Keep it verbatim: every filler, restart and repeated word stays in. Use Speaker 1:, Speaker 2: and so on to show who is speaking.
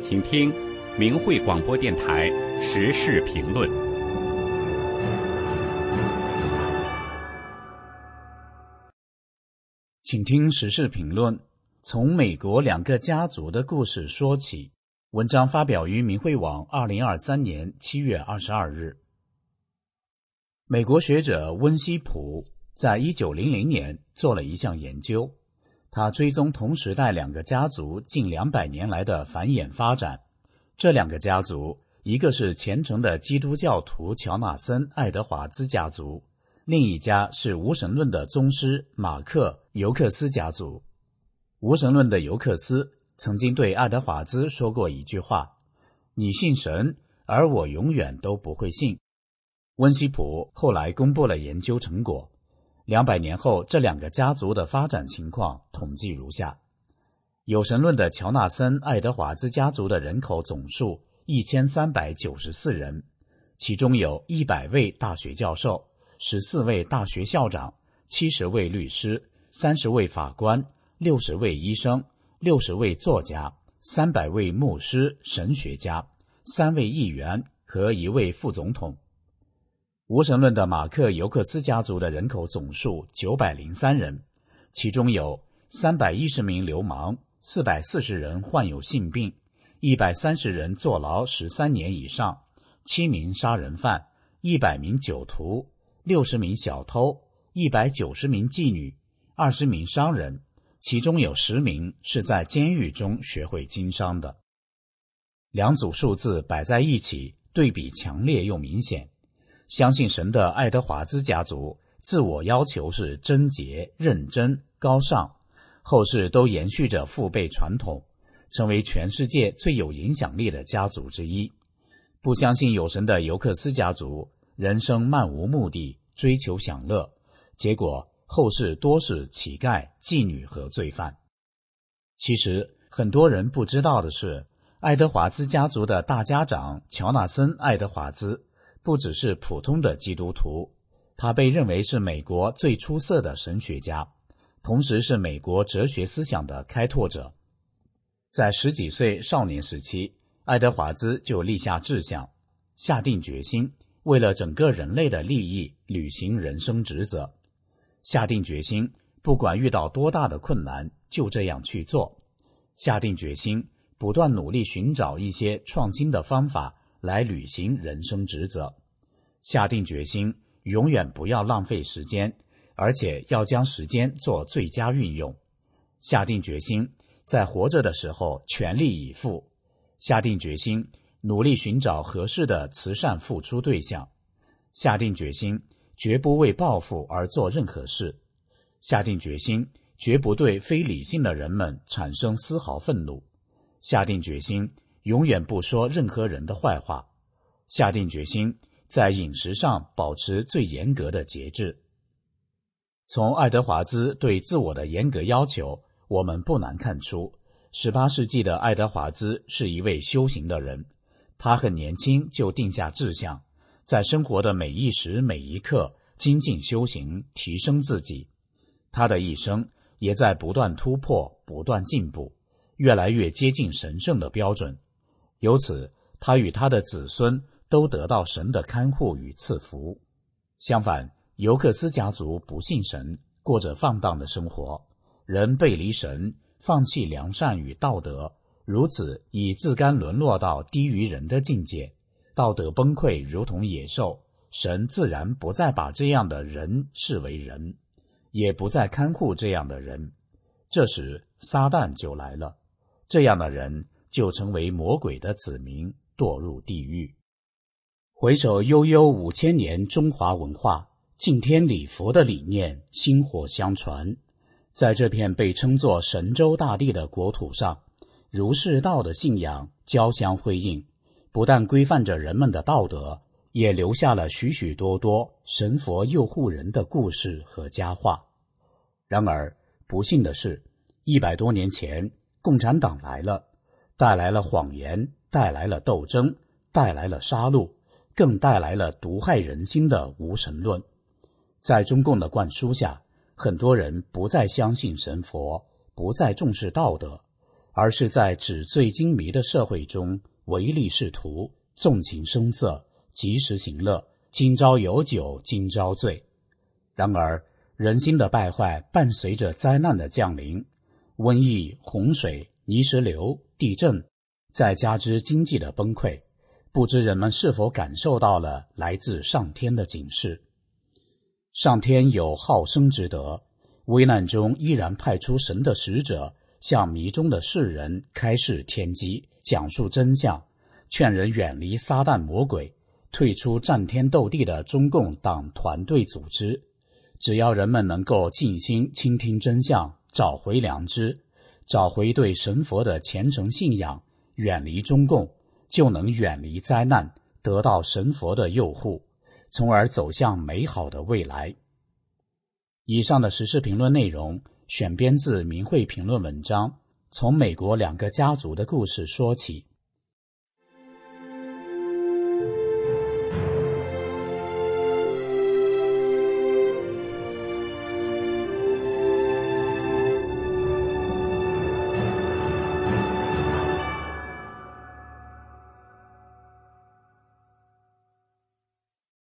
Speaker 1: 请听明慧广播电台时事评论。
Speaker 2: 请听时事评论，从美国两个家族的故事说起。文章发表于明慧网二零二三年七月二十二日。美国学者温西普在一九零零年做了一项研究，他追踪同时代两个家族近两百年来的繁衍发展。这两个家族，一个是虔诚的基督教徒乔纳森·爱德华兹家族，另一家是无神论的宗师马克·尤克斯家族。无神论的尤克斯曾经对爱德华兹说过一句话：你信神，而我永远都不会信。温西普后来公布了研究成果，两百年后这两个家族的发展情况统计如下：有神论的乔纳森·爱德华兹家族的人口总数一千三百九十四人，其中有一百位大学教授，十四位大学校长，七十位律师，三十位法官，六十位医生，六十位作家，三百位牧师、神学家，三位议员和一位副总统。无神论的马克·尤克斯家族的人口总数九百零三人，其中有三百一十名流氓，四百四十人患有性病，一百三十人坐牢十三年以上，七名杀人犯，一百名酒徒，六十名小偷，一百九十名妓女，二十名商人，其中有十名是在监狱中学会经商的。两组数字摆在一起，对比强烈又明显。相信神的爱德华兹家族自我要求是贞洁、认真、高尚，后世都延续着父辈传统，成为全世界最有影响力的家族之一。不相信有神的尤克斯家族人生漫无目的，追求享乐，结果后世多是乞丐、妓女和罪犯。其实很多人不知道的是，爱德华兹家族的大家长乔纳森·爱德华兹不只是普通的基督徒，他被认为是美国最出色的神学家，同时是美国哲学思想的开拓者。在十几岁少年时期，爱德华兹就立下志向，下定决心为了整个人类的利益履行人生职责。下定决心不管遇到多大的困难，就这样去做。下定决心不断努力寻找一些创新的方法来履行人生职责。下定决心永远不要浪费时间，而且要将时间做最佳运用。下定决心在活着的时候全力以赴。下定决心努力寻找合适的慈善付出对象。下定决心绝不为报复而做任何事。下定决心绝不对非理性的人们产生丝毫愤怒。下定决心永远不说任何人的坏话。下定决心在饮食上保持最严格的节制。从爱德华兹对自我的严格要求，我们不难看出，十八世纪的爱德华兹是一位修行的人。他很年轻就定下志向，在生活的每一时每一刻精进修行，提升自己。他的一生也在不断突破，不断进步，越来越接近神圣的标准。由此，他与他的子孙都得到神的看护与赐福。相反，尤克斯家族不信神，过着放荡的生活，人背离神，放弃良善与道德，如此以自甘沦落到低于人的境界，道德崩溃如同野兽，神自然不再把这样的人视为人，也不再看护这样的人。这时撒旦就来了，这样的人就成为魔鬼的子民，堕入地狱。回首悠悠五千年中华文化，敬天礼佛的理念薪火相传。在这片被称作神州大地的国土上，儒释道的信仰交相辉映，不但规范着人们的道德，也留下了许许多多神佛佑护人的故事和佳话。然而不幸的是，一百多年前共产党来了，带来了谎言，带来了斗争，带来了杀戮，更带来了毒害人心的无神论。在中共的灌输下，很多人不再相信神佛，不再重视道德， 而是在纸醉金迷的社会中唯利是图，纵情声色，及时行乐，今朝有酒今朝醉。然而人心的败坏伴随着灾难的降临，瘟疫、洪水、泥石流、地震，再加之经济的崩溃，不知人们是否感受到了来自上天的警示。上天有好生之德，危难中依然派出神的使者，向迷中的世人开示天机，讲述真相，劝人远离撒旦魔鬼，退出战天斗地的中共党团队组织。只要人们能够静心倾听真相，找回良知，找回对神佛的虔诚信仰，远离中共，就能远离灾难，得到神佛的佑护，从而走向美好的未来。以上的时事评论内容选编自明慧评论文章，从美国两个家族的故事说起。